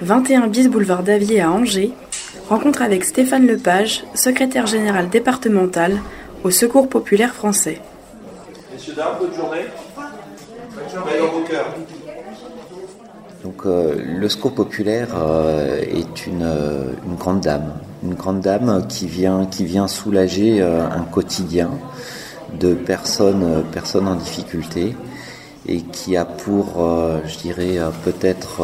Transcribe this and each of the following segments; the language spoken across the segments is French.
21 bis boulevard Davier à Angers, rencontre avec Stéphane Lepage, secrétaire général départemental au Secours populaire français. Messieurs, dames, bonne journée. Bonne journée dans vos cœurs. Donc, le Secours populaire est une grande dame qui vient soulager un quotidien de personnes en difficulté et qui a pour, peut-être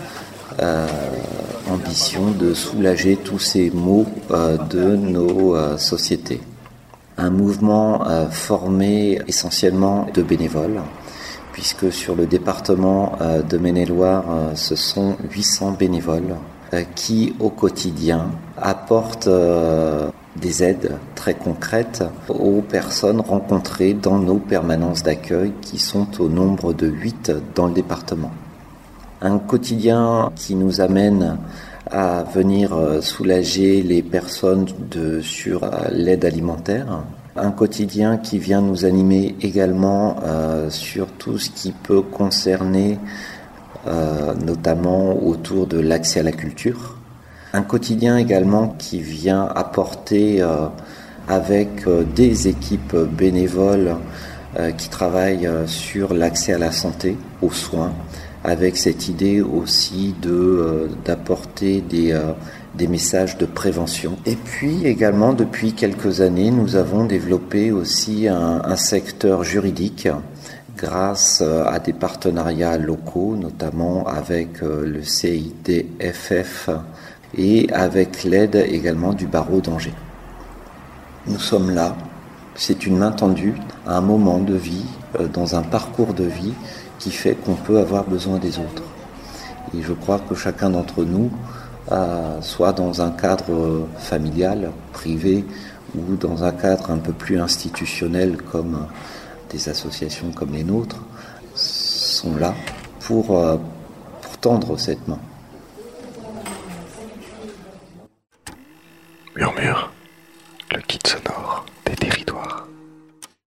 ambition de soulager tous ces maux de nos sociétés. Un mouvement formé essentiellement de bénévoles, puisque sur le département de Maine-et-Loire, ce sont 800 bénévoles qui, au quotidien, apportent des aides très concrètes aux personnes rencontrées dans nos permanences d'accueil, qui sont au nombre de 8 dans le département. Un quotidien qui nous amène à venir soulager les personnes sur l'aide alimentaire. Un quotidien qui vient nous animer également sur tout ce qui peut concerner notamment autour de l'accès à la culture. Un quotidien également qui vient apporter avec des équipes bénévoles qui travaillent sur l'accès à la santé, aux soins, avec cette idée aussi d'apporter des messages de prévention. Et puis également, depuis quelques années, nous avons développé aussi un secteur juridique grâce à des partenariats locaux, notamment avec le CIDFF et avec l'aide également du barreau d'Angers. Nous sommes là, c'est une main tendue à un moment de vie, dans un parcours de vie qui fait qu'on peut avoir besoin des autres. Et je crois que chacun d'entre nous, soit dans un cadre familial, privé, ou dans un cadre un peu plus institutionnel comme des associations comme les nôtres, sont là pour tendre cette main. Murmure.